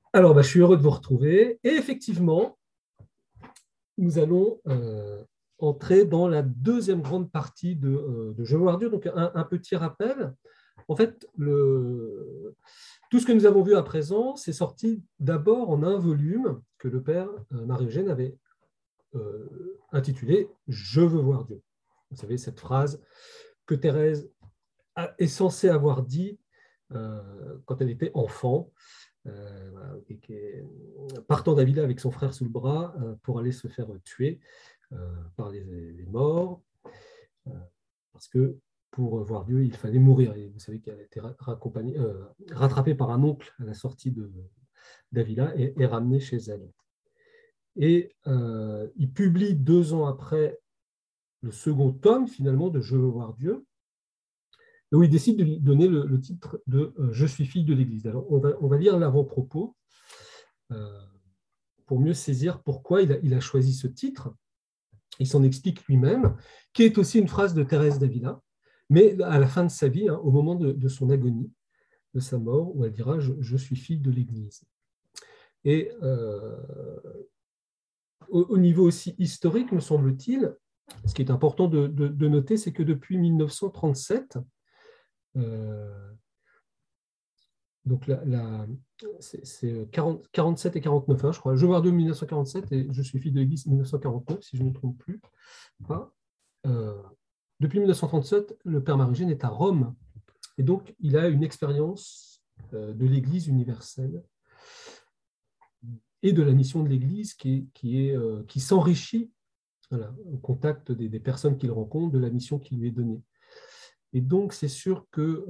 Alors, je suis heureux de vous retrouver. Et effectivement, nous allons entrer dans la deuxième grande partie de Je veux voir Dieu. Donc, un petit rappel. En fait, tout ce que nous avons vu à présent, c'est sorti d'abord en un volume que le père Marie-Eugène avait intitulé Je veux voir Dieu. Vous savez, cette phrase que Thérèse est censée avoir dit quand elle était enfant. Voilà, partant d'Avila avec son frère sous le bras pour aller se faire tuer par les morts, euh, parce que pour voir Dieu, il fallait mourir. Et vous savez qu'elle a été rattrapée par un oncle à la sortie d'Avila et ramenée chez elle. Et il publie 2 ans après le second tome, finalement, de Je veux voir Dieu, où il décide de lui donner le titre de Je suis fille de l'Église. Alors, on va lire l'avant-propos pour mieux saisir pourquoi il a choisi ce titre. Il s'en explique lui-même, qui est aussi une phrase de Thérèse d'Avila, mais à la fin de sa vie, au moment de son agonie, de sa mort, où elle dira je suis fille de l'Église. Et au niveau aussi historique, me semble-t-il, ce qui est important de noter, c'est que depuis 1937, donc c'est 47 et 49, je crois. Je vois 2 1947 et je suis fille de l'Église 1949, si je ne me trompe plus. Pas. Depuis 1937, le Père Marie-Eugène est à Rome. Et donc, il a une expérience de l'Église universelle et de la mission de l'Église qui s'enrichit voilà, au contact des personnes qu'il rencontre, de la mission qui lui est donnée. Et donc, c'est sûr que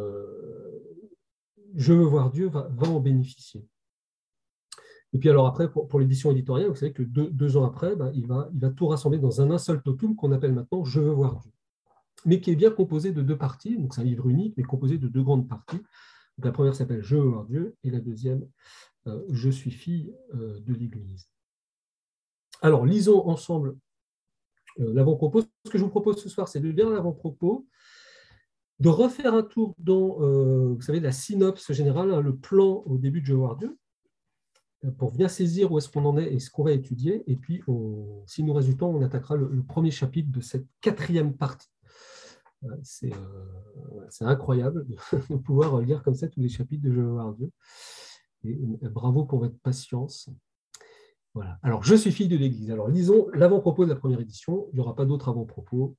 Je veux voir Dieu va en bénéficier. Et puis alors après, pour l'édition éditoriale, vous savez que 2 ans après, il va tout rassembler dans un seul totum qu'on appelle maintenant Je veux voir Dieu, mais qui est bien composé de 2 parties. Donc c'est un livre unique, mais composé de 2 grandes parties. Donc la première s'appelle Je veux voir Dieu, et la deuxième, Je suis fille de l'Église. Alors, lisons ensemble l'avant-propos. Ce que je vous propose ce soir, c'est de lire l'avant-propos, de refaire un tour dans, vous savez, la synopse générale, le plan au début de Je veux voir Dieu, pour bien saisir où est-ce qu'on en est et ce qu'on va étudier. Et puis, s'il nous reste du temps, on attaquera le premier chapitre de cette 4e partie. C'est incroyable de pouvoir lire comme ça tous les chapitres de Je veux voir Dieu. Et bravo pour votre patience. Voilà. Alors, je suis fille de l'Église. Alors, lisons l'avant-propos de la première édition. Il n'y aura pas d'autres avant-propos.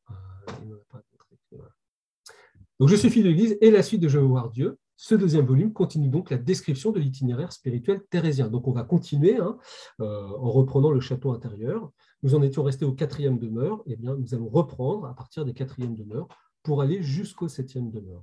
Donc, je suis fille de l'Église et la suite de Je veux voir Dieu. Ce 2e volume continue donc la description de l'itinéraire spirituel thérésien. Donc, on va continuer en reprenant le château intérieur. Nous en étions restés au 4e demeure. Eh bien, nous allons reprendre à partir des 4e demeures pour aller jusqu'au 7e demeure.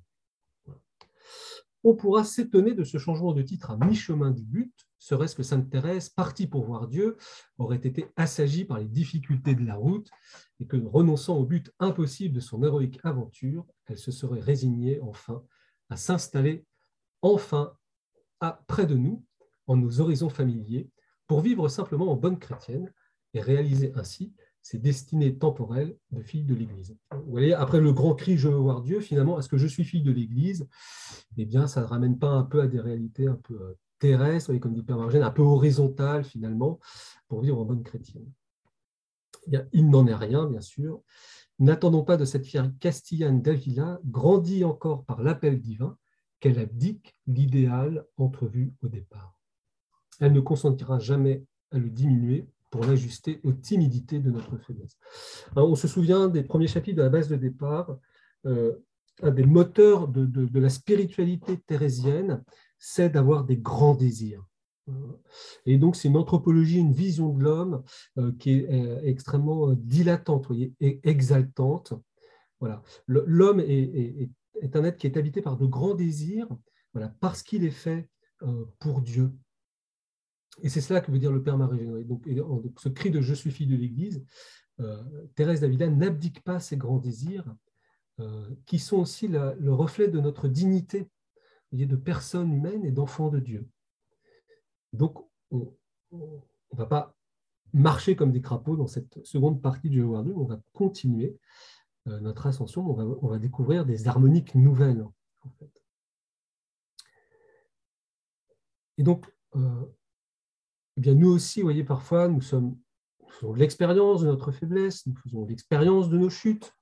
On pourra s'étonner de ce changement de titre à mi-chemin du but. Serait-ce que Sainte Thérèse, partie pour voir Dieu, aurait été assagie par les difficultés de la route et que, renonçant au but impossible de son héroïque aventure, elle se serait résignée enfin à s'installer enfin près de nous, en nos horizons familiers, pour vivre simplement en bonne chrétienne et réaliser ainsi ses destinées temporelles de fille de l'Église. Vous voyez, après le grand cri « Je veux voir Dieu », finalement, est-ce que je suis fille de l'Église? Eh bien, ça ne ramène pas un peu à des réalités un peu terrestres, comme dit Père Margène, un peu horizontales, finalement, pour vivre en bonne chrétienne. Eh bien, il n'en est rien, bien sûr. N'attendons pas de cette fière Castillane d'Avila, grandie encore par l'appel divin, qu'elle abdique l'idéal entrevu au départ. Elle ne consentira jamais à le diminuer pour l'ajuster aux timidités de notre faiblesse. Alors, on se souvient des premiers chapitres de la base de départ. Un des moteurs de la spiritualité thérésienne, c'est d'avoir des grands désirs. Et donc, c'est une anthropologie, une vision de l'homme qui est extrêmement dilatante, voyez, et exaltante. Voilà. L'homme est un être qui est habité par de grands désirs, voilà, parce qu'il est fait pour Dieu. Et c'est cela que veut dire le Père Marie-Eugène. Donc, ce cri de « Je suis fille de l'Église », Thérèse d'Avila n'abdique pas ses grands désirs, qui sont aussi le reflet de notre dignité, de personne humaine et d'enfant de Dieu. Donc, on ne va pas marcher comme des crapauds dans cette seconde partie de Je veux voir Dieu, on va continuer notre ascension, on va découvrir des harmoniques nouvelles. En fait. Et donc, eh bien, nous aussi, vous voyez, parfois, nous faisons l'expérience de notre faiblesse, nous faisons l'expérience de nos chutes.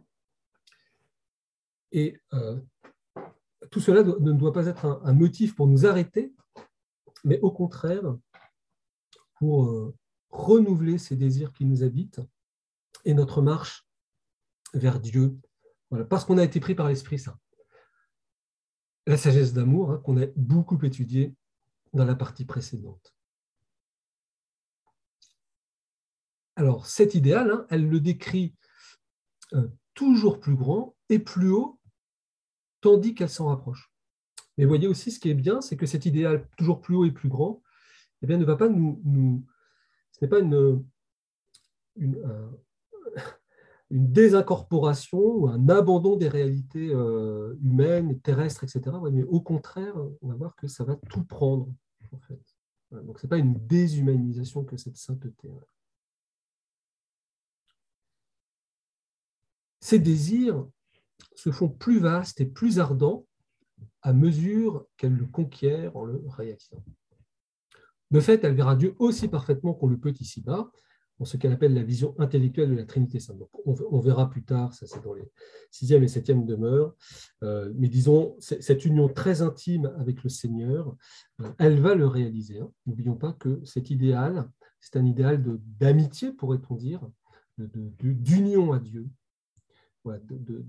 Et tout cela ne doit pas être un motif pour nous arrêter, mais au contraire, pour renouveler ces désirs qui nous habitent et notre marche vers Dieu, voilà, parce qu'on a été pris par l'Esprit Saint. La sagesse d'amour, hein, qu'on a beaucoup étudiée dans la partie précédente. Alors, cet idéal, hein, elle le décrit toujours plus grand et plus haut, tandis qu'elle s'en rapproche. Mais voyez aussi, ce qui est bien, c'est que cet idéal toujours plus haut et plus grand, eh bien, ne va pas ce n'est pas une désincorporation ou un abandon des réalités humaines, terrestres, etc. Mais au contraire, on va voir que ça va tout prendre, en fait. Voilà, donc, ce n'est pas une déshumanisation que cette sainteté. Ces désirs se font plus vastes et plus ardents à mesure qu'elle le conquiert en le réalisant. De fait, elle verra Dieu aussi parfaitement qu'on le peut ici-bas, dans ce qu'elle appelle la vision intellectuelle de la Trinité Sainte. Donc, on verra plus tard, ça c'est dans les 6e et 7e demeures, mais disons, cette union très intime avec le Seigneur, elle va le réaliser. Hein. N'oublions pas que cet idéal, c'est un idéal d'amitié, pourrait-on dire, d'union à Dieu, voilà,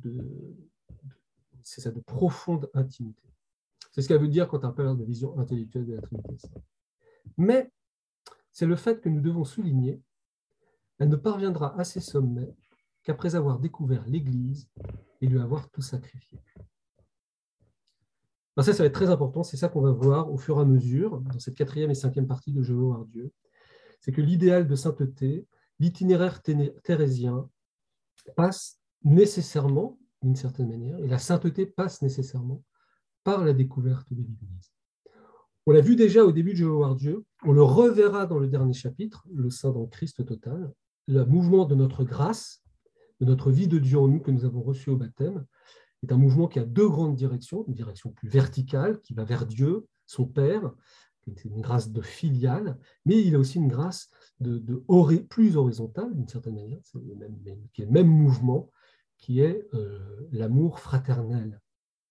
c'est ça, de profonde intimité. C'est ce qu'elle veut dire quand on parle de vision intellectuelle de la Trinité Sainte. Mais c'est le fait que nous devons souligner, elle ne parviendra à ces sommets qu'après avoir découvert l'Église et lui avoir tout sacrifié. Alors ça va être très important, c'est ça qu'on va voir au fur et à mesure, dans cette 4e et 5e partie de Je veux voir Dieu, c'est que l'idéal de sainteté, l'itinéraire thérésien, passe nécessairement, d'une certaine manière, et la sainteté passe nécessairement par la découverte de l'Église. On l'a vu déjà au début de Je veux voir Dieu, on le reverra dans le dernier chapitre, le saint dans le Christ total, le mouvement de notre grâce, de notre vie de Dieu en nous que nous avons reçu au baptême, est un mouvement qui a deux grandes directions, une direction plus verticale, qui va vers Dieu, son Père, qui est une grâce de filiale, mais il a aussi une grâce plus horizontale, d'une certaine manière, qui est le même mouvement, qui est l'amour fraternel.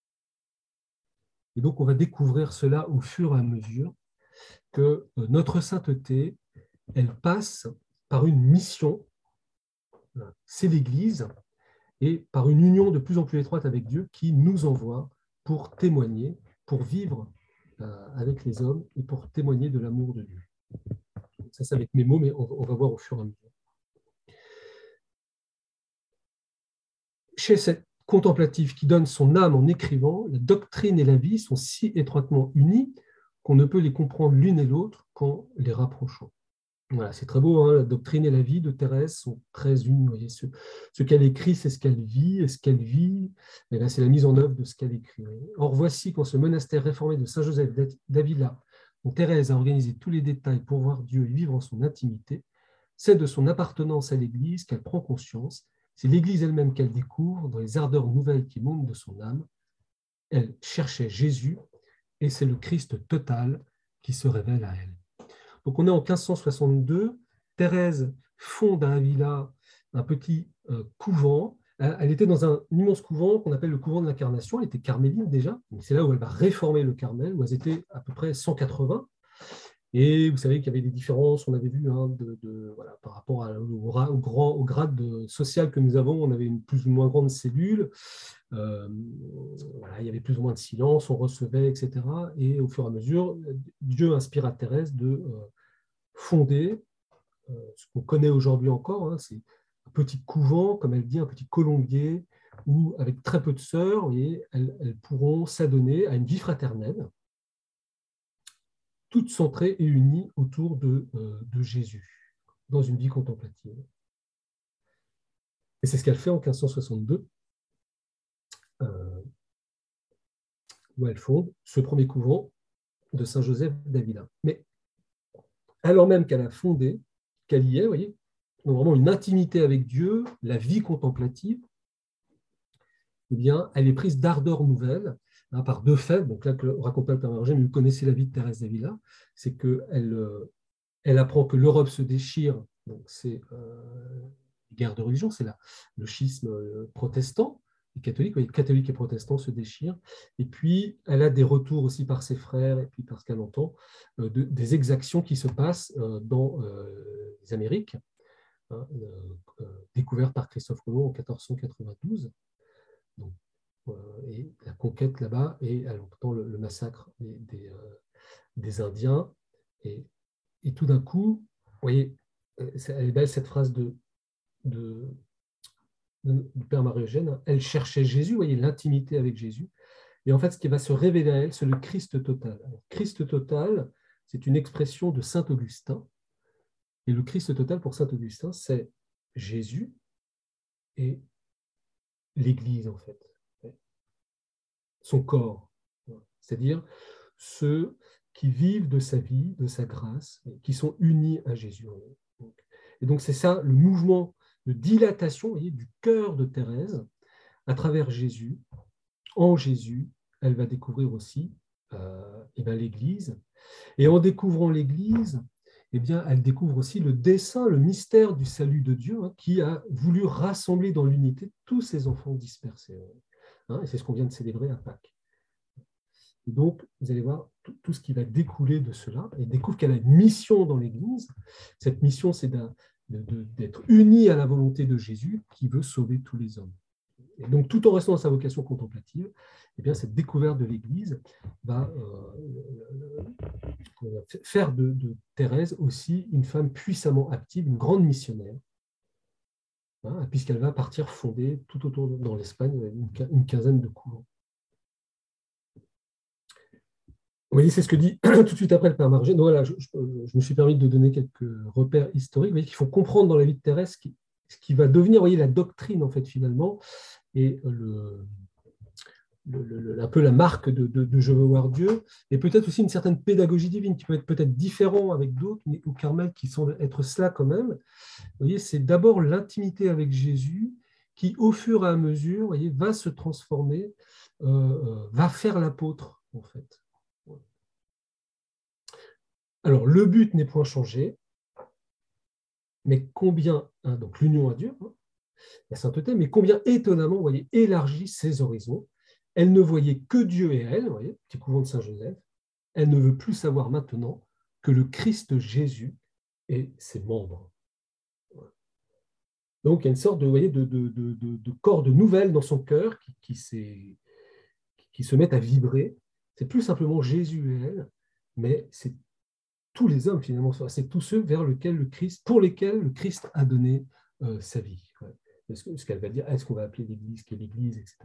Et donc, on va découvrir cela au fur et à mesure que notre sainteté, elle passe par une mission, c'est l'Église, et par une union de plus en plus étroite avec Dieu qui nous envoie pour témoigner, pour vivre avec les hommes et pour témoigner de l'amour de Dieu. Ça, c'est avec mes mots, mais on va voir au fur et à mesure. Chez cette contemplative qui donne son âme en écrivant, la doctrine et la vie sont si étroitement unies qu'on ne peut les comprendre l'une et l'autre qu'en les rapprochant. Voilà, c'est très beau, hein, la doctrine et la vie de Thérèse sont très unies. Vous voyez, ce qu'elle écrit, c'est ce qu'elle vit, et ce qu'elle vit, et là, c'est la mise en œuvre de ce qu'elle écrit. Or, voici qu'en ce monastère réformé de Saint-Joseph d'Avila, dont Thérèse a organisé tous les détails pour voir Dieu et vivre en son intimité, c'est de son appartenance à l'Église qu'elle prend conscience, c'est l'Église elle-même qu'elle découvre dans les ardeurs nouvelles qui montent de son âme. Elle cherchait Jésus, et c'est le Christ total qui se révèle à elle. Donc on est en 1562, Thérèse fonde à Avila un petit couvent. Elle était dans un immense couvent qu'on appelle le couvent de l'Incarnation. Elle était carmélite déjà, mais c'est là où elle va réformer le Carmel, où elles étaient à peu près 180. Et vous savez qu'il y avait des différences, on avait vu, hein, voilà, par rapport au grade social que nous avons, on avait une plus ou moins grande cellule. Voilà, il y avait plus ou moins de silence, on recevait, etc. Et au fur et à mesure, Dieu inspire à Thérèse de fonder ce qu'on connaît aujourd'hui encore, hein, c'est un petit couvent, comme elle dit, un petit colombier, où avec très peu de sœurs, elles pourront s'adonner à une vie fraternelle, toutes centrées et unies autour de Jésus, dans une vie contemplative. Et c'est ce qu'elle fait en 1562, où elle fonde ce premier couvent de Saint-Joseph d'Avila. Mais alors même qu'elle a fondé, qu'elle y est, vous voyez, donc vraiment une intimité avec Dieu, la vie contemplative, eh bien, elle est prise d'ardeur nouvelle, hein, par deux faits. Donc là, que raconte pas le Père Marogène, mais vous connaissez la vie de Thérèse d'Avila, c'est qu'elle apprend que l'Europe se déchire, donc c'est guerre de religion, c'est le schisme protestant, et catholique, oui, catholique et protestant se déchirent, et puis elle a des retours aussi par ses frères, et puis parce qu'elle entend des exactions qui se passent dans les Amériques, hein, découvertes par Christophe Colomb en 1492. Donc, et la conquête là-bas, et elle entend le massacre des Indiens, et tout d'un coup, vous voyez, elle est belle cette phrase de, du Père Marie-Eugène, elle cherchait Jésus, vous voyez, l'intimité avec Jésus, et en fait, ce qui va se révéler à elle, c'est le Christ total. Alors, Christ total, c'est une expression de Saint Augustin, et le Christ total pour Saint Augustin, c'est Jésus et l'Église, en fait, son corps, c'est-à-dire ceux qui vivent de sa vie, de sa grâce, qui sont unis à Jésus. Et donc c'est ça le mouvement de dilatation, vous voyez, du cœur de Thérèse à travers Jésus. En Jésus, elle va découvrir aussi l'Église. Et en découvrant l'Église, eh bien, elle découvre aussi le dessein, le mystère du salut de Dieu, hein, qui a voulu rassembler dans l'unité tous ses enfants dispersés. Hein, et c'est ce qu'on vient de célébrer à Pâques. Et donc, vous allez voir tout ce qui va découler de cela. Elle découvre qu'elle a une mission dans l'Église. Cette mission, c'est d'être unie à la volonté de Jésus qui veut sauver tous les hommes. Et donc, tout en restant dans sa vocation contemplative, eh bien, cette découverte de l'Église va faire de Thérèse aussi une femme puissamment active, une grande missionnaire, hein, puisqu'elle va partir fonder tout autour dans l'Espagne une quinzaine de couvents. Vous voyez, c'est ce que dit tout de suite après le Père Marogène. Donc voilà, je me suis permis de donner quelques repères historiques. Vous voyez qu'il faut comprendre dans la vie de Thérèse ce qui va devenir, vous voyez, la doctrine, en fait, finalement, et un peu la marque de Je veux voir Dieu, et peut-être aussi une certaine pédagogie divine qui peut être peut-être différent avec d'autres, mais au Carmel qui semble être cela quand même. Vous voyez, c'est d'abord l'intimité avec Jésus qui, au fur et à mesure, vous voyez, va se transformer, va faire l'apôtre, en fait. Alors, le but n'est point changé, mais combien, hein, donc l'union à Dieu, hein, la sainteté, mais combien étonnamment, vous voyez, élargit ses horizons. Elle ne voyait que Dieu et elle, vous voyez, petit couvent de Saint-Joseph. Elle ne veut plus savoir maintenant que le Christ Jésus et ses membres. Donc, il y a une sorte de, vous voyez, de corde nouvelle dans son cœur qui se met à vibrer. C'est plus simplement Jésus et elle, mais c'est tous les hommes finalement, c'est tous ceux vers lesquels pour lesquels le Christ a donné sa vie. Ouais. Ce qu'elle va dire, est-ce qu'on va appeler l'Église, qui est l'Église, etc.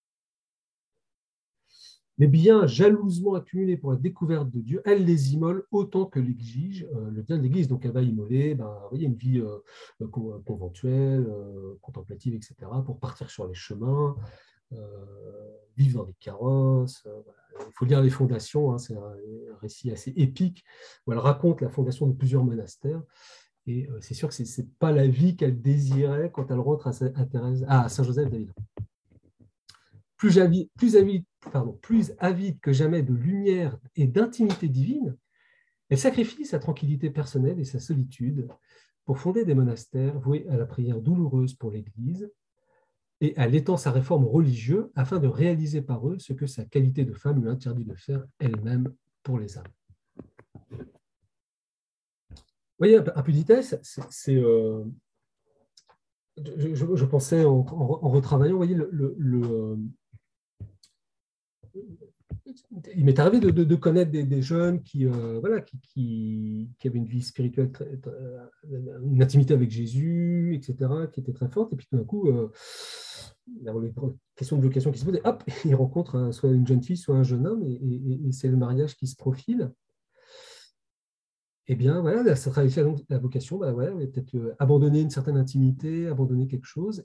Les biens jalousement accumulés pour la découverte de Dieu, elle les immole autant que l'exige le bien de l'Église. Donc elle va immoler vous voyez, une vie conventuelle, contemplative, etc., pour partir sur les chemins, vivre dans des carrosses. Voilà. Il faut lire les fondations, hein, c'est un récit assez épique où elle raconte la fondation de plusieurs monastères. Et c'est sûr que ce n'est pas la vie qu'elle désirait quand elle rentre à Saint-Joseph d'Avila. Plus avide que jamais de lumière et d'intimité divine, elle sacrifie sa tranquillité personnelle et sa solitude pour fonder des monastères voués à la prière douloureuse pour l'Église, et elle étend sa réforme religieuse afin de réaliser par eux ce que sa qualité de femme lui interdit de faire elle-même pour les âmes. Vous voyez, un peu de vitesse, je pensais en retravaillant, vous voyez, il m'est arrivé de connaître des jeunes qui avaient une vie spirituelle, une intimité avec Jésus, etc., qui était très forte. Et puis tout d'un coup, il y a une question de vocation qui se pose, et hop, ils rencontrent soit une jeune fille, soit un jeune homme, et c'est le mariage qui se profile. Eh bien, voilà, ça travaille la vocation, peut-être abandonner une certaine intimité, abandonner quelque chose,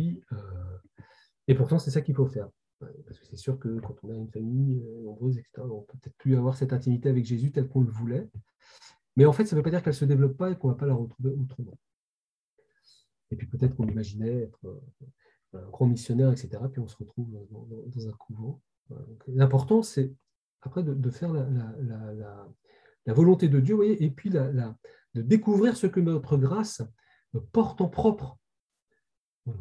et pourtant, c'est ça qu'il faut faire. Parce que c'est sûr que quand on a une famille nombreuse, etc., on peut peut-être plus avoir cette intimité avec Jésus telle qu'on le voulait. Mais en fait, ça ne veut pas dire qu'elle ne se développe pas et qu'on ne va pas la retrouver autrement. Et puis peut-être qu'on imaginait être un grand missionnaire, etc., puis on se retrouve dans un couvent. L'important, c'est après de faire la volonté de Dieu, vous voyez, et puis de découvrir ce que notre grâce porte en propre. Voilà.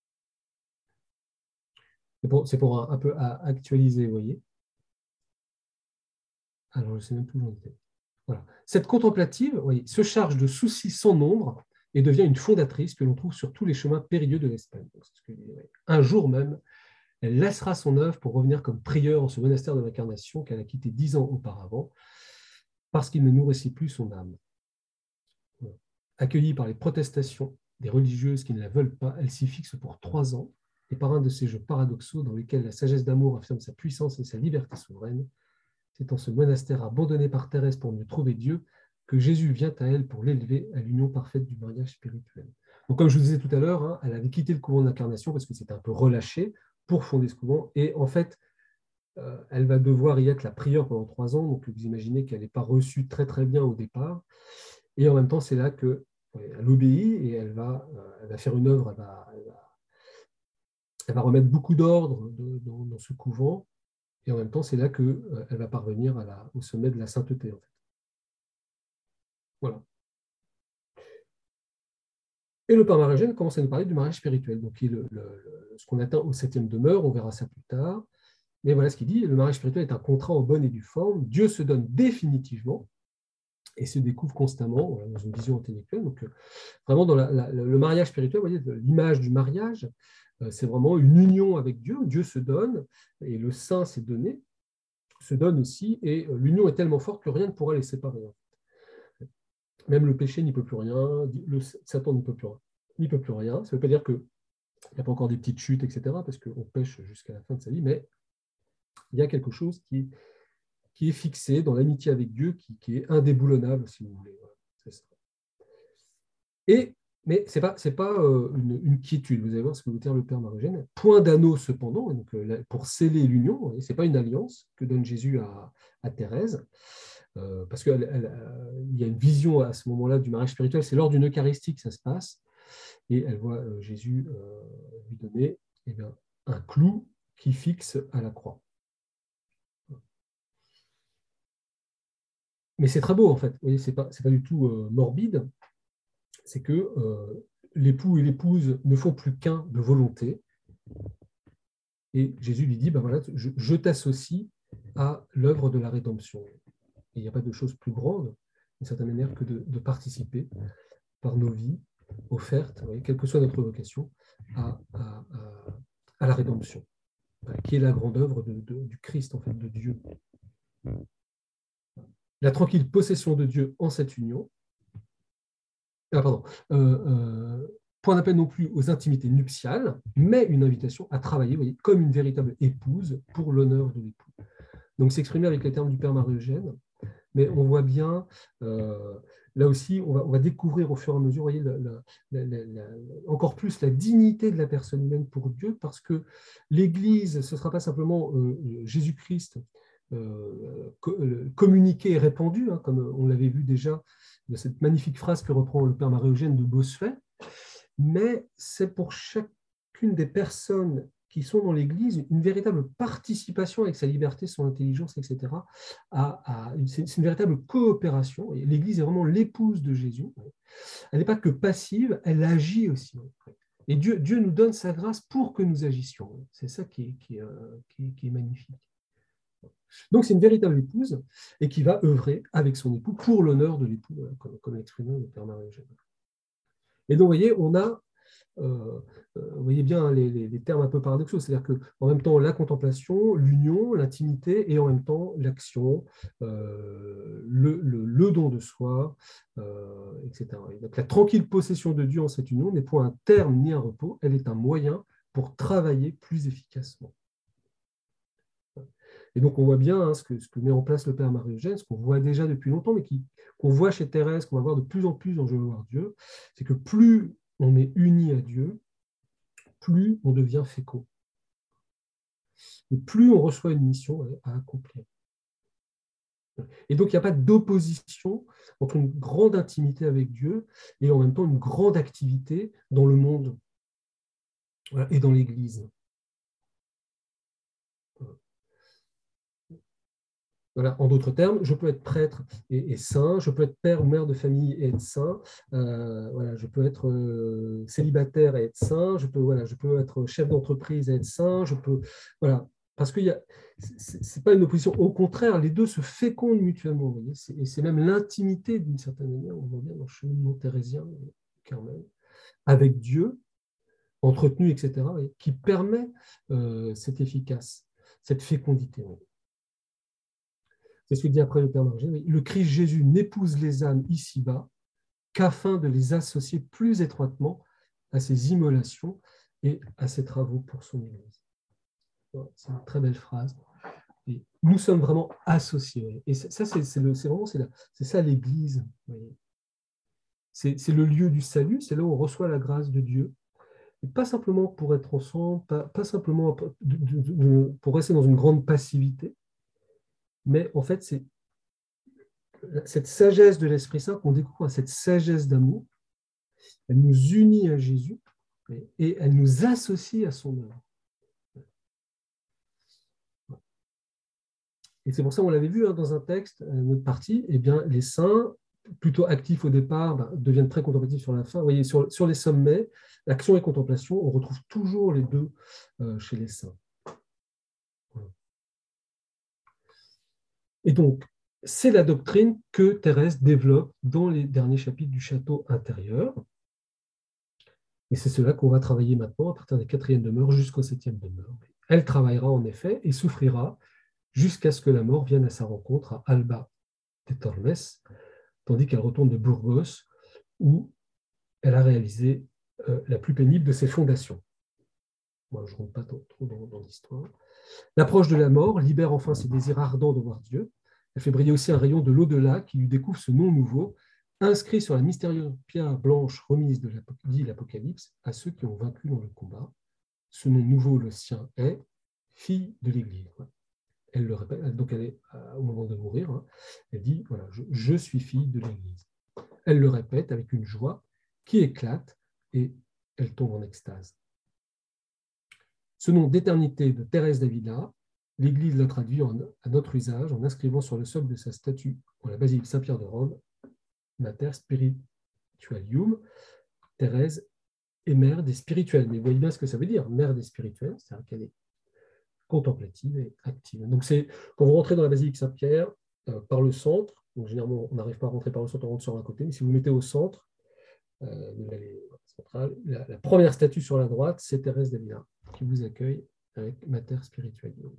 C'est pour un peu actualiser, vous voyez. Alors, je ne sais même plus où j'en étais. Voilà. Cette contemplative, vous voyez, se charge de soucis sans nombre et devient une fondatrice que l'on trouve sur tous les chemins périlleux de l'Espagne. Un jour même, elle laissera son œuvre pour revenir comme prieure en ce monastère de l'Incarnation qu'elle a quitté 10 ans auparavant, parce qu'il ne nourrissait plus son âme. Voilà. Accueillie par les protestations des religieuses qui ne la veulent pas, elle s'y fixe pour 3 ans, et par un de ces jeux paradoxaux dans lesquels la sagesse d'amour affirme sa puissance et sa liberté souveraine, c'est en ce monastère abandonné par Thérèse pour mieux trouver Dieu que Jésus vient à elle pour l'élever à l'union parfaite du mariage spirituel. Donc, comme je vous disais tout à l'heure, hein, elle avait quitté le couvent d'incarnation parce que c'était un peu relâché pour fonder ce couvent. Et en fait, elle va devoir y être la prieure pendant 3 ans. Donc, vous imaginez qu'elle n'est pas reçue très, très bien au départ. Et en même temps, c'est là qu'elle obéit et elle va faire une œuvre, elle va remettre beaucoup d'ordre dans ce couvent. Et en même temps, c'est là qu'elle va parvenir au sommet de la sainteté. En fait. Voilà. Et le Père Maragène commence à nous parler du mariage spirituel, donc qui est ce qu'on atteint au 7e demeure, on verra ça plus tard. Mais voilà ce qu'il dit, le mariage spirituel est un contrat en bonne et due forme, Dieu se donne définitivement et se découvre constamment dans une vision intellectuelle. Donc vraiment, dans le mariage spirituel, vous voyez, l'image du mariage, c'est vraiment une union avec Dieu, Dieu se donne, et le Saint s'est donné, se donne aussi, et l'union est tellement forte que rien ne pourra les séparer. Même le péché n'y peut plus rien, Satan n'y peut plus rien. Ça ne veut pas dire qu'il n'y a pas encore des petites chutes, etc., parce qu'on pêche jusqu'à la fin de sa vie, mais il y a quelque chose qui est fixé dans l'amitié avec Dieu, qui est indéboulonnable, si vous voulez. Voilà, c'est ça. Mais ce n'est pas une quiétude, vous allez voir ce que veut dire le Père Maragène. Point d'anneau cependant, donc, pour sceller l'union, ce n'est pas une alliance que donne Jésus à Thérèse, parce qu'il y a une vision à ce moment-là du mariage spirituel, c'est lors d'une Eucharistie que ça se passe, et elle voit Jésus lui donner un clou qui fixe à la croix. Mais c'est très beau en fait, ce n'est pas du tout morbide, c'est que l'époux et l'épouse ne font plus qu'un de volonté, et Jésus lui dit, voilà, je t'associe à l'œuvre de la rédemption. Et il n'y a pas de chose plus grande, d'une certaine manière, que de participer par nos vies offertes, quelle que soit notre vocation, à la rédemption, qui est la grande œuvre du Christ, en fait, de Dieu. La tranquille possession de Dieu en cette union. Point d'appel non plus aux intimités nuptiales, mais une invitation à travailler, vous voyez, comme une véritable épouse pour l'honneur de l'époux. Donc, s'exprimer avec les termes du Père Marie-Eugène, mais on voit bien, là aussi, on va découvrir au fur et à mesure, vous voyez, encore plus la dignité de la personne humaine pour Dieu, parce que l'Église, ce ne sera pas simplement Jésus-Christ communiqué et répandu, hein, comme on l'avait vu déjà de cette magnifique phrase que reprend le Père Marie-Eugène de Bossuet, mais c'est pour chacune des personnes qui sont dans l'Église une véritable participation avec sa liberté, son intelligence, etc. C'est une véritable coopération. Et l'Église est vraiment l'épouse de Jésus. Elle n'est pas que passive, elle agit aussi. Et Dieu nous donne sa grâce pour que nous agissions. C'est ça qui est magnifique. Donc c'est une véritable épouse et qui va œuvrer avec son époux pour l'honneur de l'époux, comme exprimé le Père Marie-Eugène. Et donc, vous voyez, on a, vous voyez bien les termes un peu paradoxaux, c'est-à-dire qu'en même temps, la contemplation, l'union, l'intimité, et en même temps, l'action, le don de soi, etc. Et donc, la tranquille possession de Dieu en cette union n'est point un terme ni un repos, elle est un moyen pour travailler plus efficacement. Et donc, on voit bien ce que met en place le Père Marie-Eugène, ce qu'on voit déjà depuis longtemps, mais qu'on voit chez Thérèse, qu'on va voir de plus en plus dans Je veux voir Dieu, c'est que plus on est uni à Dieu, plus on devient fécond. Et plus on reçoit une mission à accomplir. Et donc, il n'y a pas d'opposition entre une grande intimité avec Dieu et en même temps une grande activité dans le monde et dans l'Église. Voilà, en d'autres termes, je peux être prêtre et saint, je peux être père ou mère de famille et être saint, voilà, je peux être célibataire et être saint, je peux être chef d'entreprise et être saint, voilà, parce que c'est pas une opposition, au contraire, les deux se fécondent mutuellement, vous voyez, et c'est même l'intimité d'une certaine manière, on voit bien dans le cheminement thérésien, Carmel, avec Dieu, entretenu, etc., voyez, qui permet cette efficace, cette fécondité. Voyez. C'est ce que dit après le Père Margé. Le Christ Jésus n'épouse les âmes ici-bas qu'afin de les associer plus étroitement à ses immolations et à ses travaux pour son Église. C'est une très belle phrase. Et nous sommes vraiment associés. Et ça, c'est ça l'Église. C'est le lieu du salut, c'est là où on reçoit la grâce de Dieu. Et pas simplement pour être ensemble, pas simplement pour rester dans une grande passivité, mais en fait, c'est cette sagesse de l'Esprit Saint qu'on découvre, cette sagesse d'amour, elle nous unit à Jésus et elle nous associe à son œuvre. Et c'est pour ça, on l'avait vu dans un texte, notre partie, eh bien, les saints, plutôt actifs au départ, deviennent très contemplatifs sur la fin. Vous voyez, sur les sommets, l'action et contemplation, on retrouve toujours les deux chez les saints. Et donc, c'est la doctrine que Thérèse développe dans les derniers chapitres du château intérieur. Et c'est cela qu'on va travailler maintenant à partir des 4e demeures jusqu'au 7e demeure. Elle travaillera en effet et souffrira jusqu'à ce que la mort vienne à sa rencontre à Alba de Tormes, tandis qu'elle retourne de Burgos, où elle a réalisé la plus pénible de ses fondations. Moi, je ne rentre pas trop dans l'histoire. L'approche de la mort libère enfin ses désirs ardents de voir Dieu. Elle fait briller aussi un rayon de l'au-delà qui lui découvre ce nom nouveau, inscrit sur la mystérieuse pierre blanche remise de l'Apocalypse à ceux qui ont vaincu dans le combat. Ce nom nouveau, le sien, est fille de l'Église. Elle le répète, donc elle est au moment de mourir, elle dit, voilà, je suis fille de l'Église. Elle le répète avec une joie qui éclate et elle tombe en extase. Ce nom d'éternité de Thérèse d'Avila, l'Église l'a traduit à notre usage en inscrivant sur le socle de sa statue en la basilique Saint-Pierre de Rome, Mater Spiritualium, Thérèse est mère des spirituels. Mais vous voyez bien ce que ça veut dire, mère des spirituels, c'est-à-dire qu'elle est contemplative et active. Donc c'est quand vous rentrez dans la basilique Saint-Pierre par le centre, donc généralement on n'arrive pas à rentrer par le centre, on rentre sur un côté, mais si vous mettez au centre de l'allée centrale, la première statue sur la droite, c'est Thérèse d'Avila qui vous accueille avec Mater Spiritualium.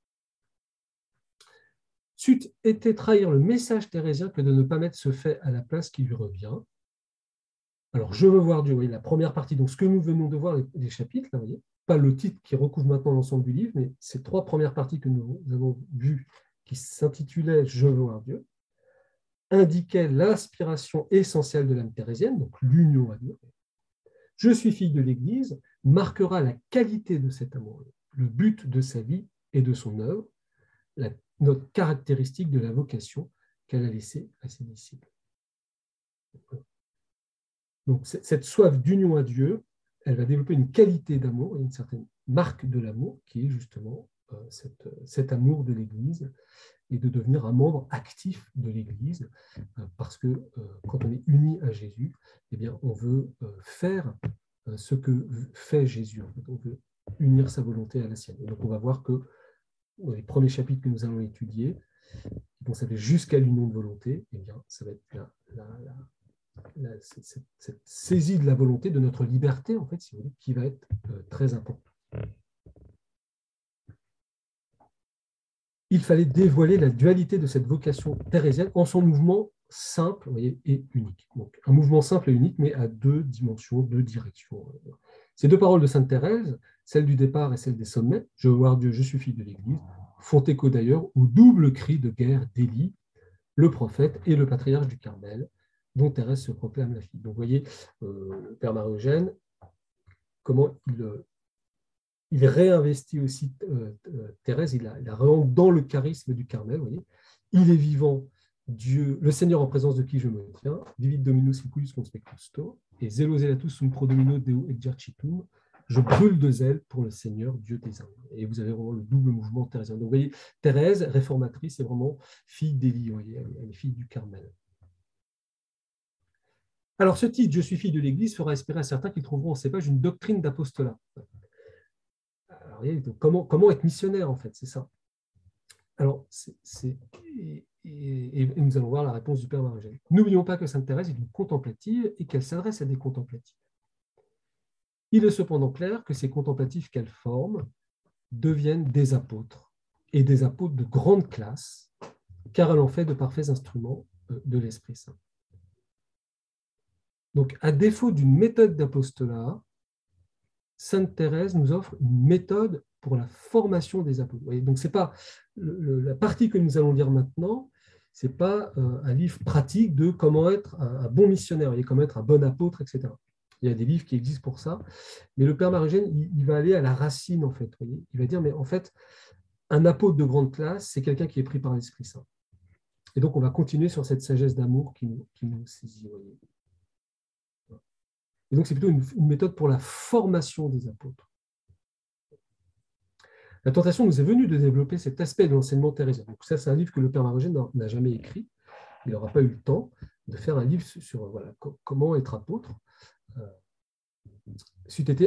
C'eût été trahir le message thérésien que de ne pas mettre ce fait à la place qui lui revient. Alors, je veux voir Dieu, vous voyez, la première partie, donc ce que nous venons de voir, les chapitres, là, vous voyez, pas le titre qui recouvre maintenant l'ensemble du livre, mais ces 3 premières parties que nous avons vues, qui s'intitulaient « Je veux voir Dieu », indiquaient l'inspiration essentielle de l'âme thérésienne, donc l'union à Dieu. « Je suis fille de l'Église » marquera la qualité de cet amour, le but de sa vie et de son œuvre, la note caractéristique de la vocation qu'elle a laissée à ses disciples. Donc, cette soif d'union à Dieu, elle va développer une qualité d'amour et une certaine marque de l'amour qui est justement cet amour de l'Église et de devenir un membre actif de l'Église parce que quand on est uni à Jésus, eh bien, on veut faire ce que fait Jésus. En fait. On veut unir sa volonté à la sienne. Et donc, on va voir que dans les premiers chapitres que nous allons étudier, qui vont s'appeler jusqu'à l'union de volonté, eh bien, ça va être cette saisie de la volonté, de notre liberté, en fait, si vous voulez, qui va être très importante. Il fallait dévoiler la dualité de cette vocation thérésienne en son mouvement simple, vous voyez, et unique. Donc, un mouvement simple et unique, mais à 2 dimensions, 2 directions. Ces 2 paroles de sainte Thérèse, celle du départ et celle des sommets, « Je veux voir Dieu, je suis fille de l'Église », font écho d'ailleurs au double cri de guerre d'Élie, le prophète et le patriarche du Carmel, dont Thérèse se proclame la fille. Donc, vous voyez, Père Marie-Eugène, comment il réinvestit aussi Thérèse, il la rentre dans le charisme du Carmel, vous voyez. Il est vivant, Dieu, le Seigneur en présence de qui je me tiens, vivit Dominus in cuius conspectus, et zelos elatus sum pro domino deo exercitum, je brûle de zèle pour le Seigneur, Dieu des âmes. Et vous avez vraiment le double mouvement thérésien. Donc, vous voyez, Thérèse, réformatrice, c'est vraiment fille d'Élie, vous voyez, elle est fille du Carmel. Alors, ce titre, je suis fille de l'Église, fera espérer à certains qu'ils trouveront en ces pages une doctrine d'apostolat. Alors, vous voyez, donc, comment être missionnaire, en fait, c'est ça. Alors, et nous allons voir la réponse du Père Marie-Eugène. N'oublions pas que Sainte Thérèse est une contemplative et qu'elle s'adresse à des contemplatifs. Il est cependant clair que ces contemplatifs qu'elle forme deviennent des apôtres, et des apôtres de grande classe, car elle en fait de parfaits instruments de l'Esprit Saint. Donc, à défaut d'une méthode d'apostolat, Sainte Thérèse nous offre une méthode pour la formation des apôtres. Vous voyez, donc, c'est pas la partie que nous allons lire maintenant, ce n'est pas un livre pratique de comment être un bon missionnaire, comment être un bon apôtre, etc. Il y a des livres qui existent pour ça, mais le Père Marie-Eugène, il va aller à la racine, en fait. Vous voyez, il va dire, mais en fait, un apôtre de grande classe, c'est quelqu'un qui est pris par l'Esprit Saint. Et donc, on va continuer sur cette sagesse d'amour qui nous saisit. Vous voyez. Et donc, c'est plutôt une méthode pour la formation des apôtres. La tentation nous est venue de développer cet aspect de l'enseignement thérésien. Donc, ça, c'est un livre que le Père Marie-Eugène n'a jamais écrit. Il n'aura pas eu le temps de faire un livre sur voilà, comment être apôtre. C'eût été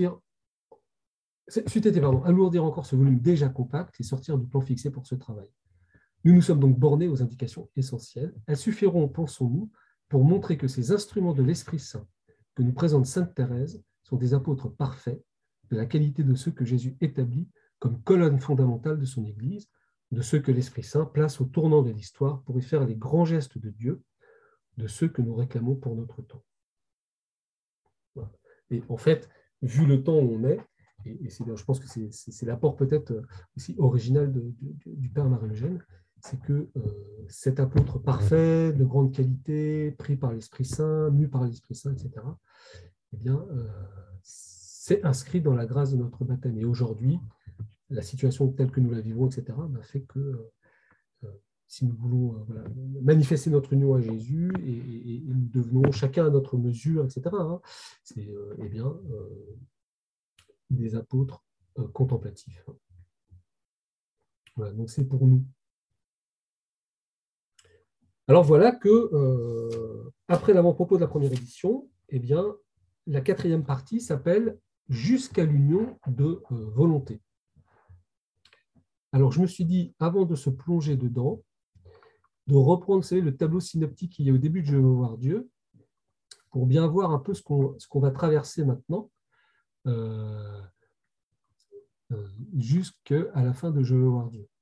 alourdir encore ce volume déjà compact et sortir du plan fixé pour ce travail. Nous nous sommes donc bornés aux indications essentielles. Elles suffiront, pensons-nous, pour montrer que ces instruments de l'Esprit Saint que nous présente Sainte Thérèse sont des apôtres parfaits, de la qualité de ceux que Jésus établit comme colonne fondamentale de son Église, de ceux que l'Esprit Saint place au tournant de l'histoire pour y faire les grands gestes de Dieu, de ceux que nous réclamons pour notre temps. Voilà. Et en fait, vu le temps où on est, et je pense que c'est l'apport peut-être aussi original du Père Marie-Eugène, c'est que cet apôtre parfait, de grande qualité, pris par l'Esprit Saint, mu par l'Esprit Saint, etc., eh bien, c'est inscrit dans la grâce de notre baptême. Et aujourd'hui, la situation telle que nous la vivons, etc., fait que si nous voulons manifester notre union à Jésus, et nous devenons chacun à notre mesure, etc., c'est des apôtres contemplatifs. Voilà, donc c'est pour nous. Alors voilà que, après l'avant-propos de la première édition, eh bien, la quatrième partie s'appelle « Jusqu'à l'union de volonté ». Alors je me suis dit, avant de se plonger dedans, de reprendre, vous savez, le tableau synoptique qu'il y a au début de Je veux voir Dieu, pour bien voir un peu ce qu'on va traverser maintenant, jusqu'à la fin de Je veux voir Dieu.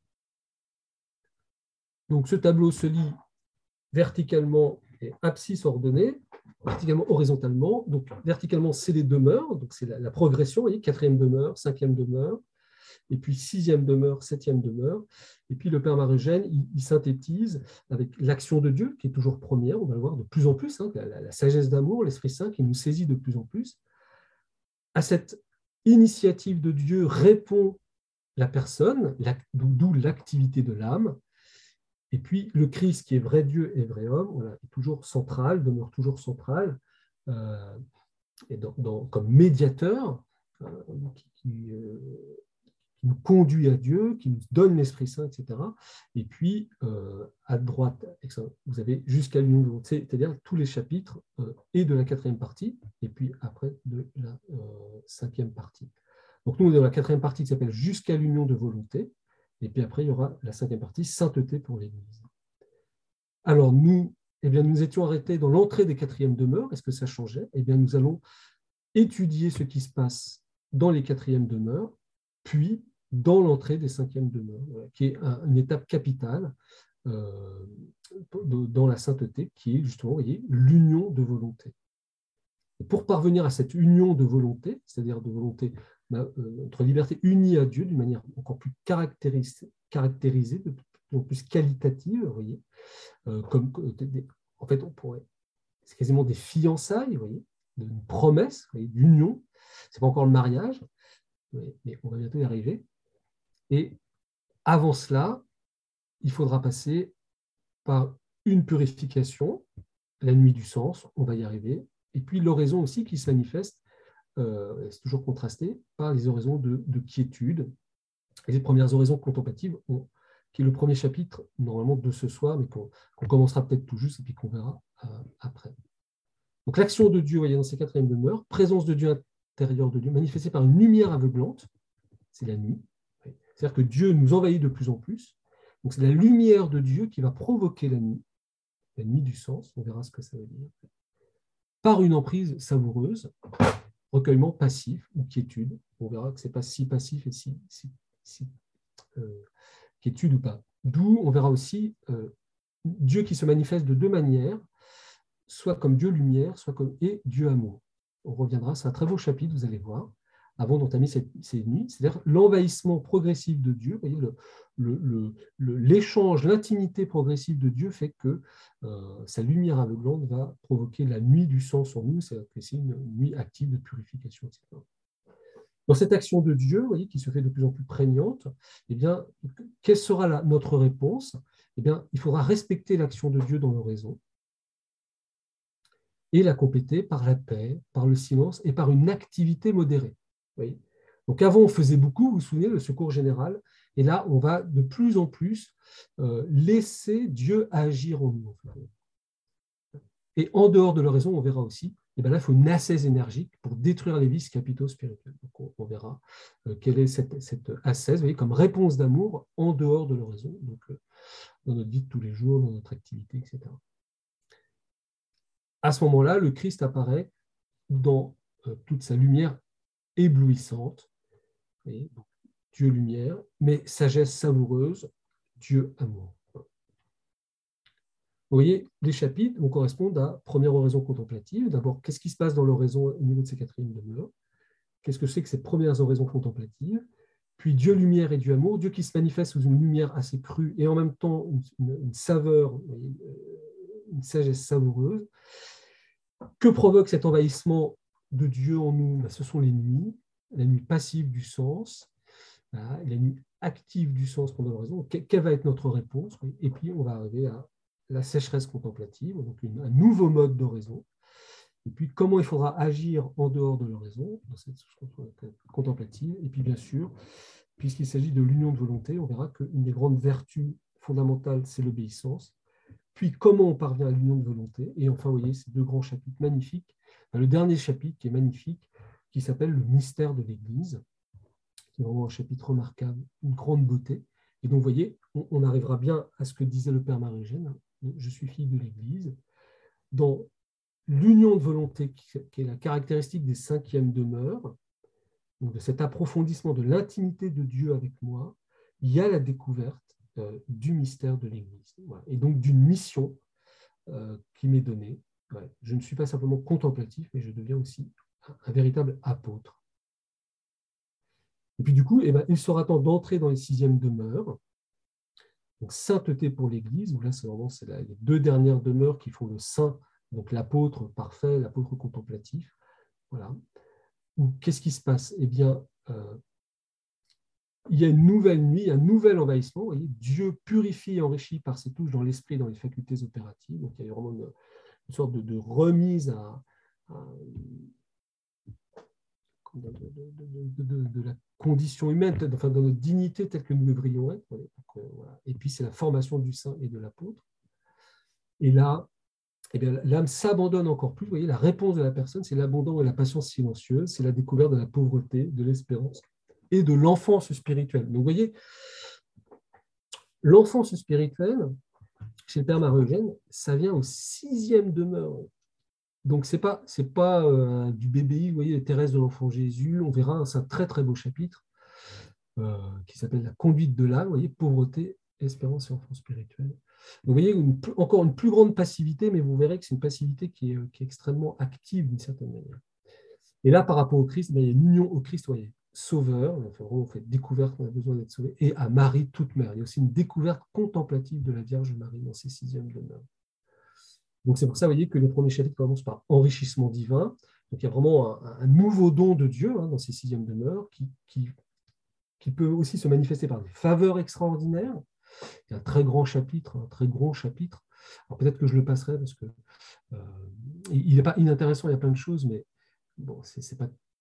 Donc ce tableau se lit verticalement et abscisse ordonnée, verticalement, horizontalement. Donc verticalement, c'est les demeures, donc c'est la progression, vous voyez, quatrième demeure, cinquième demeure, et puis sixième demeure, septième demeure. Et puis le Père Marie-Eugène, il synthétise avec l'action de Dieu, qui est toujours première, on va le voir de plus en plus, la sagesse d'amour, l'Esprit Saint qui nous saisit de plus en plus. À cette initiative de Dieu répond la personne, d'où l'activité de l'âme. Et puis le Christ, qui est vrai Dieu et vrai homme, voilà, est toujours central, demeure toujours central, et comme médiateur, qui nous conduit à Dieu, qui nous donne l'Esprit Saint, etc. Et puis, à droite, vous avez jusqu'à l'union de volonté, c'est-à-dire tous les chapitres, et de la quatrième partie, et puis après de la cinquième partie. Donc nous, on est dans la quatrième partie qui s'appelle « Jusqu'à l'union de volonté », et puis après, il y aura la cinquième partie, « Sainteté pour l'Église ». Alors nous, nous étions arrêtés dans l'entrée des quatrièmes demeures. Est-ce que ça changeait? Eh bien, nous allons étudier ce qui se passe dans les quatrièmes demeures, puis dans l'entrée des cinquièmes demeures, qui est une étape capitale dans la sainteté, qui est justement, vous voyez, l'union de volonté. Et pour parvenir à cette union de volonté, c'est-à-dire de volonté, notre liberté unie à Dieu d'une manière encore plus caractérisée, de plus qualitative, vous voyez, en fait, c'est quasiment des fiançailles, vous voyez, une promesse, d'union. Ce n'est pas encore le mariage, mais on va bientôt y arriver. Et avant cela, il faudra passer par une purification, la nuit du sens, on va y arriver, et puis l'oraison aussi qui se manifeste c'est toujours contrasté, par les oraisons de quiétude. Et les premières oraisons contemplatives, qui est le premier chapitre, normalement, de ce soir, mais qu'on commencera peut-être tout juste et puis qu'on verra après. Donc l'action de Dieu, voyez, dans ces quatrièmes demeures, présence de Dieu intérieur de Dieu, manifestée par une lumière aveuglante, c'est la nuit. C'est-à-dire que Dieu nous envahit de plus en plus. Donc c'est la lumière de Dieu qui va provoquer la nuit du sens, on verra ce que ça veut dire, par une emprise savoureuse, recueillement passif ou quiétude. On verra que ce n'est pas si passif et si quiétude ou pas. D'où on verra aussi Dieu qui se manifeste de deux manières, soit comme Dieu lumière, soit comme et Dieu amour. On reviendra, c'est un très beau chapitre, vous allez voir, avant d'entamer ces nuits, c'est-à-dire l'envahissement progressif de Dieu. Vous voyez, l'échange, l'intimité progressive de Dieu fait que sa lumière aveuglante va provoquer la nuit du sens en nous, c'est une nuit active de purification, etc. Dans cette action de Dieu, vous voyez, qui se fait de plus en plus prégnante, eh bien, quelle sera notre réponse? Eh bien, il faudra respecter l'action de Dieu dans l'oraison et la compléter par la paix, par le silence et par une activité modérée. Vous voyez. Donc avant, on faisait beaucoup, vous vous souvenez, le secours général, et là, on va de plus en plus laisser Dieu agir en nous. Et en dehors de l'oraison, on verra aussi, et bien là, il faut une ascèse énergique pour détruire les vices capitaux spirituels. Donc on verra quelle est cette ascèse, vous voyez, comme réponse d'amour en dehors de l'oraison, donc dans notre vie de tous les jours, dans notre activité, etc. À ce moment-là, le Christ apparaît dans toute sa lumière éblouissante, voyez, donc, Dieu lumière, mais sagesse savoureuse, Dieu amour. Vous voyez, les chapitres vont correspondre à première oraison contemplative. D'abord, qu'est-ce qui se passe dans l'oraison au niveau de ces quatrièmes demeures? Qu'est-ce que c'est que ces premières oraisons contemplatives? Puis Dieu lumière et Dieu amour, Dieu qui se manifeste sous une lumière assez crue et en même temps une saveur, voyez, une sagesse savoureuse. Que provoque cet envahissement de Dieu en nous? Ce sont les nuits, la nuit passive du sens, la nuit active du sens pendant l'oraison. Quelle va être notre réponse? Et puis on va arriver à la sécheresse contemplative, donc un nouveau mode d'oraison. Et puis comment il faudra agir en dehors de l'oraison, dans cette contemplative. Et puis bien sûr, puisqu'il s'agit de l'union de volonté, on verra qu'une des grandes vertus fondamentales, c'est l'obéissance. Puis comment on parvient à l'union de volonté. Et enfin, vous voyez, ces deux grands chapitres magnifiques. Le dernier chapitre qui est magnifique, qui s'appelle le mystère de l'Église, qui est vraiment un chapitre remarquable, une grande beauté. Et donc, vous voyez, on arrivera bien à ce que disait le Père Marie-Eugène, je suis fille de l'Église, dans l'union de volonté, qui est la caractéristique des cinquièmes demeures, donc de cet approfondissement de l'intimité de Dieu avec moi, il y a la découverte du mystère de l'Église, voilà. Et donc d'une mission qui m'est donnée. Ouais. Je ne suis pas simplement contemplatif, mais je deviens aussi un véritable apôtre. Et puis du coup, eh ben, il sera temps d'entrer dans les sixièmes demeures. Donc sainteté pour l'Église, où là c'est vraiment les deux dernières demeures qui font le saint, donc l'apôtre parfait, l'apôtre contemplatif. Voilà. Qu'est-ce qui se passe? Eh bien, il y a une nouvelle nuit, un nouvel envahissement. Vous voyez, Dieu purifie et enrichit par ses touches dans l'esprit, dans les facultés opératives. Donc il y a vraiment une sorte de remise de la condition humaine, enfin de notre dignité telle que nous devrions être. Donc, voilà. Et puis c'est la formation du saint et de l'apôtre. Et là, eh bien, l'âme s'abandonne encore plus. Vous voyez, la réponse de la personne, c'est l'abandon et la patience silencieuse, c'est la découverte de la pauvreté, de l'espérance et de l'enfance spirituelle. Donc, vous voyez, l'enfance spirituelle, chez le Père Marie-Eugène, ça vient au sixième demeure. Donc, ce n'est pas du BBI, vous voyez, Thérèse de l'Enfant Jésus. On verra, c'est un très, très beau chapitre qui s'appelle La conduite de l'âme, vous voyez, pauvreté, espérance et enfance spirituelle. Vous voyez, encore une plus grande passivité, mais vous verrez que c'est une passivité qui est extrêmement active d'une certaine manière. Et là, par rapport au Christ, il y a une union au Christ, vous voyez, sauveur, on fait découverte qu'on a besoin d'être sauvé, et à Marie toute mère. Il y a aussi une découverte contemplative de la Vierge Marie dans ces sixièmes demeures. Donc c'est pour ça, vous voyez, que les premiers chapitres commencent par enrichissement divin. Donc il y a vraiment un nouveau don de Dieu dans ces sixièmes demeures qui peut aussi se manifester par des faveurs extraordinaires. Il y a un très grand chapitre, un très gros chapitre. Alors peut-être que je le passerai parce que il n'est pas inintéressant, il y a plein de choses, mais bon, c'est pas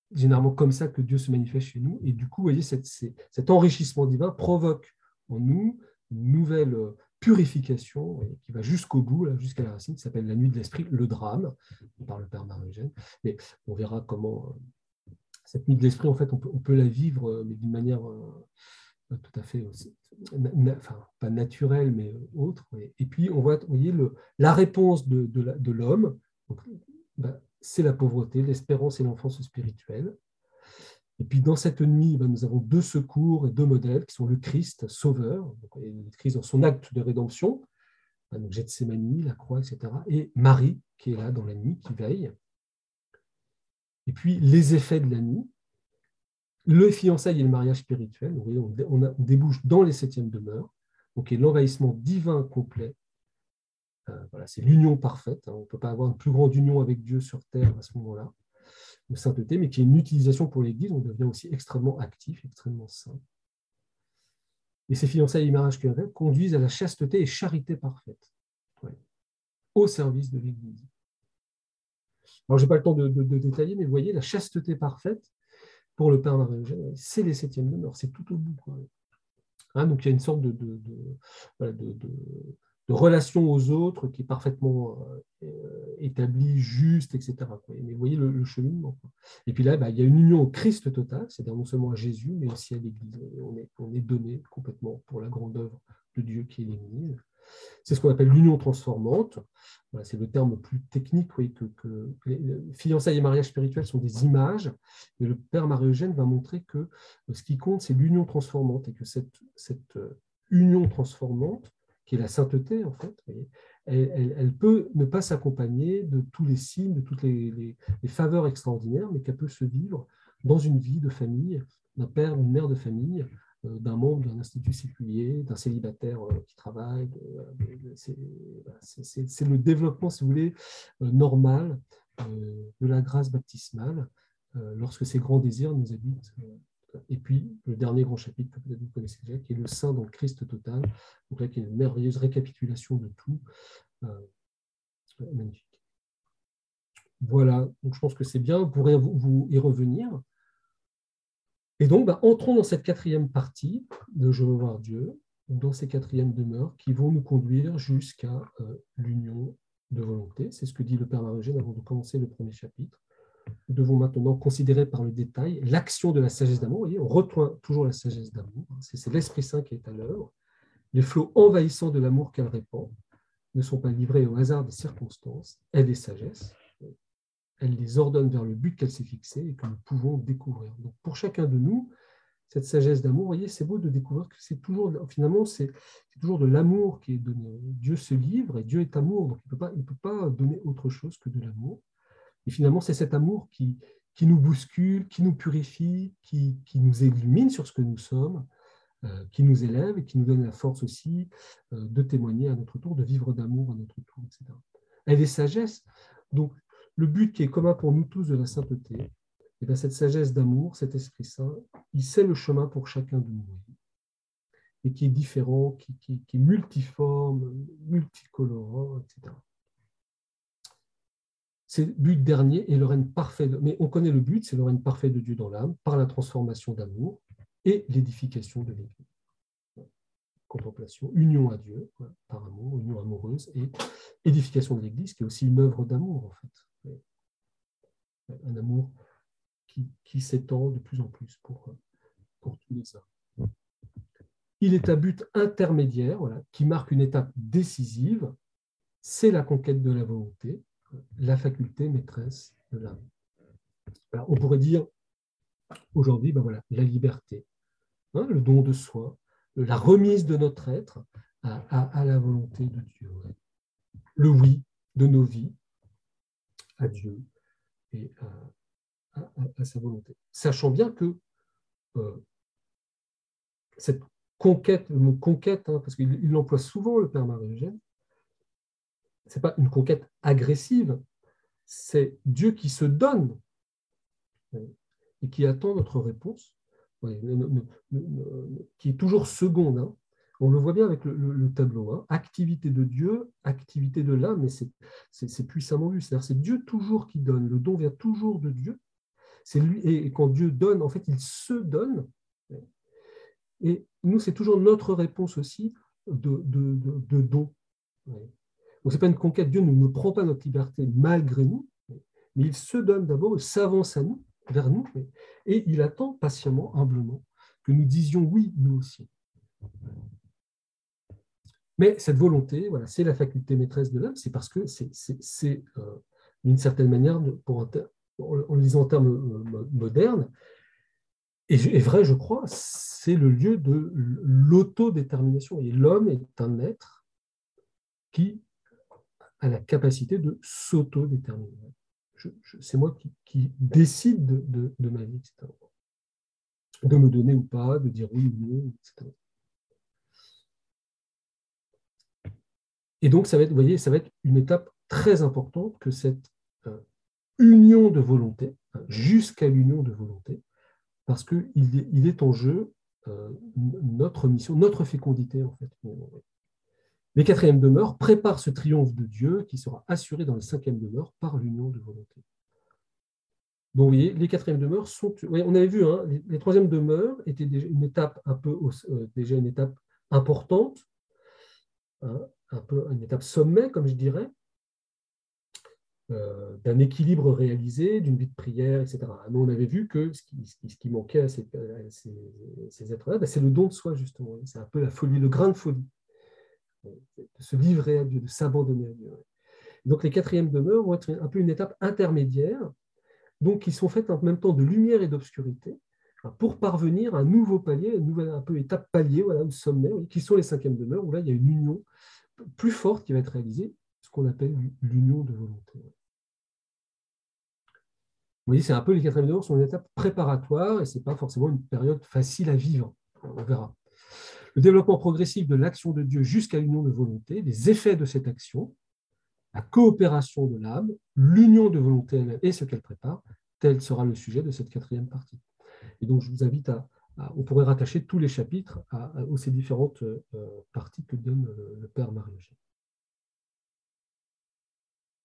généralement comme ça que Dieu se manifeste chez nous. Et du coup, vous voyez, cet enrichissement divin provoque en nous une nouvelle purification qui va jusqu'au bout, là, jusqu'à la racine, qui s'appelle la nuit de l'esprit, le drame, par le Père Marie-Eugène. Mais on verra comment cette nuit de l'esprit, en fait, on peut la vivre, mais d'une manière tout à fait, enfin, pas naturelle, mais autre. Et puis, on voit, vous voyez, la réponse de l'homme, ben, c'est la pauvreté, l'espérance et l'enfance spirituelle. Et puis, dans cette nuit, ben, nous avons deux secours et deux modèles qui sont le Christ, Sauveur, donc, le Christ dans son acte de rédemption, ben, donc Gethsémani, la croix, etc., et Marie, qui est là dans la nuit, qui veille. Et puis, les effets de la nuit, le fiançailles et le mariage spirituel, vous voyez, on débouche dans les septièmes demeures, donc l'envahissement divin complet. Voilà, c'est l'union parfaite. Hein, on ne peut pas avoir une plus grande union avec Dieu sur terre à ce moment-là, de sainteté, mais qui est une utilisation pour l'Église. On devient aussi extrêmement actif, extrêmement saint. Et ces fiançailles et mariage spirituel conduisent à la chasteté et charité parfaite, ouais, au service de l'Église. Alors, je n'ai pas le temps de détailler, mais vous voyez, la chasteté parfaite, pour le Père Marie-Eugène, c'est les septièmes demeures, c'est tout au bout. Hein, donc il y a une sorte de relation aux autres qui est parfaitement établie, juste, etc. Mais vous voyez le cheminement. Et puis là, il y a une union au Christ total, c'est-à-dire non seulement à Jésus, mais aussi à l'Église. On est donné complètement pour la grande œuvre de Dieu qui est l'Église. C'est ce qu'on appelle l'union transformante. Voilà, c'est le terme plus technique, oui, que les fiançailles et mariage spirituel sont des images. Mais le Père Marie-Eugène va montrer que ce qui compte, c'est l'union transformante et que cette union transformante, qui est la sainteté, en fait, voyez, elle peut ne pas s'accompagner de tous les signes, de toutes les faveurs extraordinaires, mais qu'elle peut se vivre dans une vie de famille, d'un père, d'une mère de famille, d'un membre d'un institut séculier, d'un célibataire qui travaille. C'est le développement, si vous voulez, normal de la grâce baptismale lorsque ces grands désirs nous habitent. Et puis, le dernier grand chapitre que peut-être vous connaissez déjà, qui est le Saint dans le Christ total, donc là, qui est une merveilleuse récapitulation de tout. Magnifique. Voilà, donc je pense que c'est bien, vous pourrez vous y revenir. Et donc, entrons dans cette quatrième partie de Je veux voir Dieu, dans ces quatrièmes demeures qui vont nous conduire jusqu'à l'union de volonté. C'est ce que dit le Père Marie-Eugène avant de commencer le premier chapitre. Nous devons maintenant considérer par le détail l'action de la sagesse d'amour. Vous voyez, on retient toujours la sagesse d'amour. C'est l'Esprit Saint qui est à l'œuvre. Les flots envahissants de l'amour qu'elle répand ne sont pas livrés au hasard des circonstances. Elle est sagesse. Elle les ordonne vers le but qu'elle s'est fixé et que nous pouvons découvrir. Donc, pour chacun de nous, cette sagesse d'amour, vous voyez, c'est beau de découvrir que c'est toujours, finalement, c'est toujours de l'amour qui est donné. Dieu se livre et Dieu est amour, donc il ne peut pas donner autre chose que de l'amour. Et finalement, c'est cet amour qui nous bouscule, qui nous purifie, qui nous illumine sur ce que nous sommes, qui nous élève et qui nous donne la force aussi de témoigner à notre tour, de vivre d'amour à notre tour, etc. Elle est sagesse. Donc, le but qui est commun pour nous tous de la sainteté, et bien cette sagesse d'amour, cet Esprit Saint, il sait le chemin pour chacun de nous, et qui est différent, qui est multiforme, multicolorant, etc. C'est le but dernier et le règne parfait. Mais on connaît le but, c'est le règne parfait de Dieu dans l'âme, par la transformation d'amour et l'édification de l'Église. Contemplation, union à Dieu, par amour, union amoureuse, et édification de l'Église, qui est aussi une œuvre d'amour, en fait. Un amour qui s'étend de plus en plus pour tous les hommes. Il est à but intermédiaire, voilà, qui marque une étape décisive, c'est la conquête de la volonté, la faculté maîtresse de l'âme. On pourrait dire aujourd'hui, voilà, la liberté, le don de soi, la remise de notre être à la volonté de Dieu. Ouais. Le oui de nos vies à Dieu et à sa volonté. Sachant bien que cette conquête, le mot conquête, parce qu'il l'emploie souvent, le Père Marie-Eugène, ce n'est pas une conquête agressive, c'est Dieu qui se donne et qui attend notre réponse, qui est toujours seconde. Hein. On le voit bien avec le tableau. Hein. Activité de Dieu, activité de l'âme, mais c'est puissamment vu. C'est-à-dire c'est Dieu toujours qui donne. Le don vient toujours de Dieu. C'est lui, et quand Dieu donne, en fait, il se donne. Et nous, c'est toujours notre réponse aussi de don. Donc, ce n'est pas une conquête. Dieu ne prend pas notre liberté malgré nous, mais il se donne d'abord, il s'avance à nous, vers nous, et il attend patiemment, humblement, que nous disions oui, nous aussi. Mais cette volonté, voilà, c'est la faculté maîtresse de l'homme, c'est parce que c'est d'une certaine manière, en le disant en termes modernes, et vrai, je crois, c'est le lieu de l'autodétermination. Et l'homme est un être qui a la capacité de s'autodéterminer. C'est moi qui décide de ma vie, etc. De me donner ou pas, de dire oui ou non, etc. Et donc, ça va être, vous voyez, ça va être une étape très importante que cette union de volonté, jusqu'à l'union de volonté, parce qu'il est en jeu notre mission, notre fécondité, en fait. Les quatrièmes demeures préparent ce triomphe de Dieu qui sera assuré dans les cinquièmes demeures par l'union de volonté. Donc, vous voyez, les quatrièmes demeures sont... Oui, on avait vu, hein, les troisièmes demeures étaient déjà une étape un peu, déjà une étape importante, hein, un peu une étape sommet, comme je dirais, d'un équilibre réalisé, d'une vie de prière, etc. Mais on avait vu que ce qui manquait à ces êtres-là, c'est le don de soi, justement. C'est un peu la folie, le grain de folie, de se livrer à Dieu, de s'abandonner à Dieu. Donc les quatrièmes demeures vont être un peu une étape intermédiaire, donc qui sont faites en même temps de lumière et d'obscurité, pour parvenir à un nouveau palier, une nouvelle un peu étape palier, voilà, au sommet, qui sont les cinquièmes demeures, où là il y a une union plus forte qui va être réalisée, ce qu'on appelle l'union de volonté. Vous voyez, c'est un peu les quatrièmes demeures sont une étape préparatoire et ce n'est pas forcément une période facile à vivre. On verra. Le développement progressif de l'action de Dieu jusqu'à l'union de volonté, les effets de cette action, la coopération de l'âme, l'union de volonté elle-même et ce qu'elle prépare, tel sera le sujet de cette quatrième partie. Et donc, je vous invite on pourrait rattacher tous les chapitres aux ces différentes parties que donne le Père Marie-Eugène.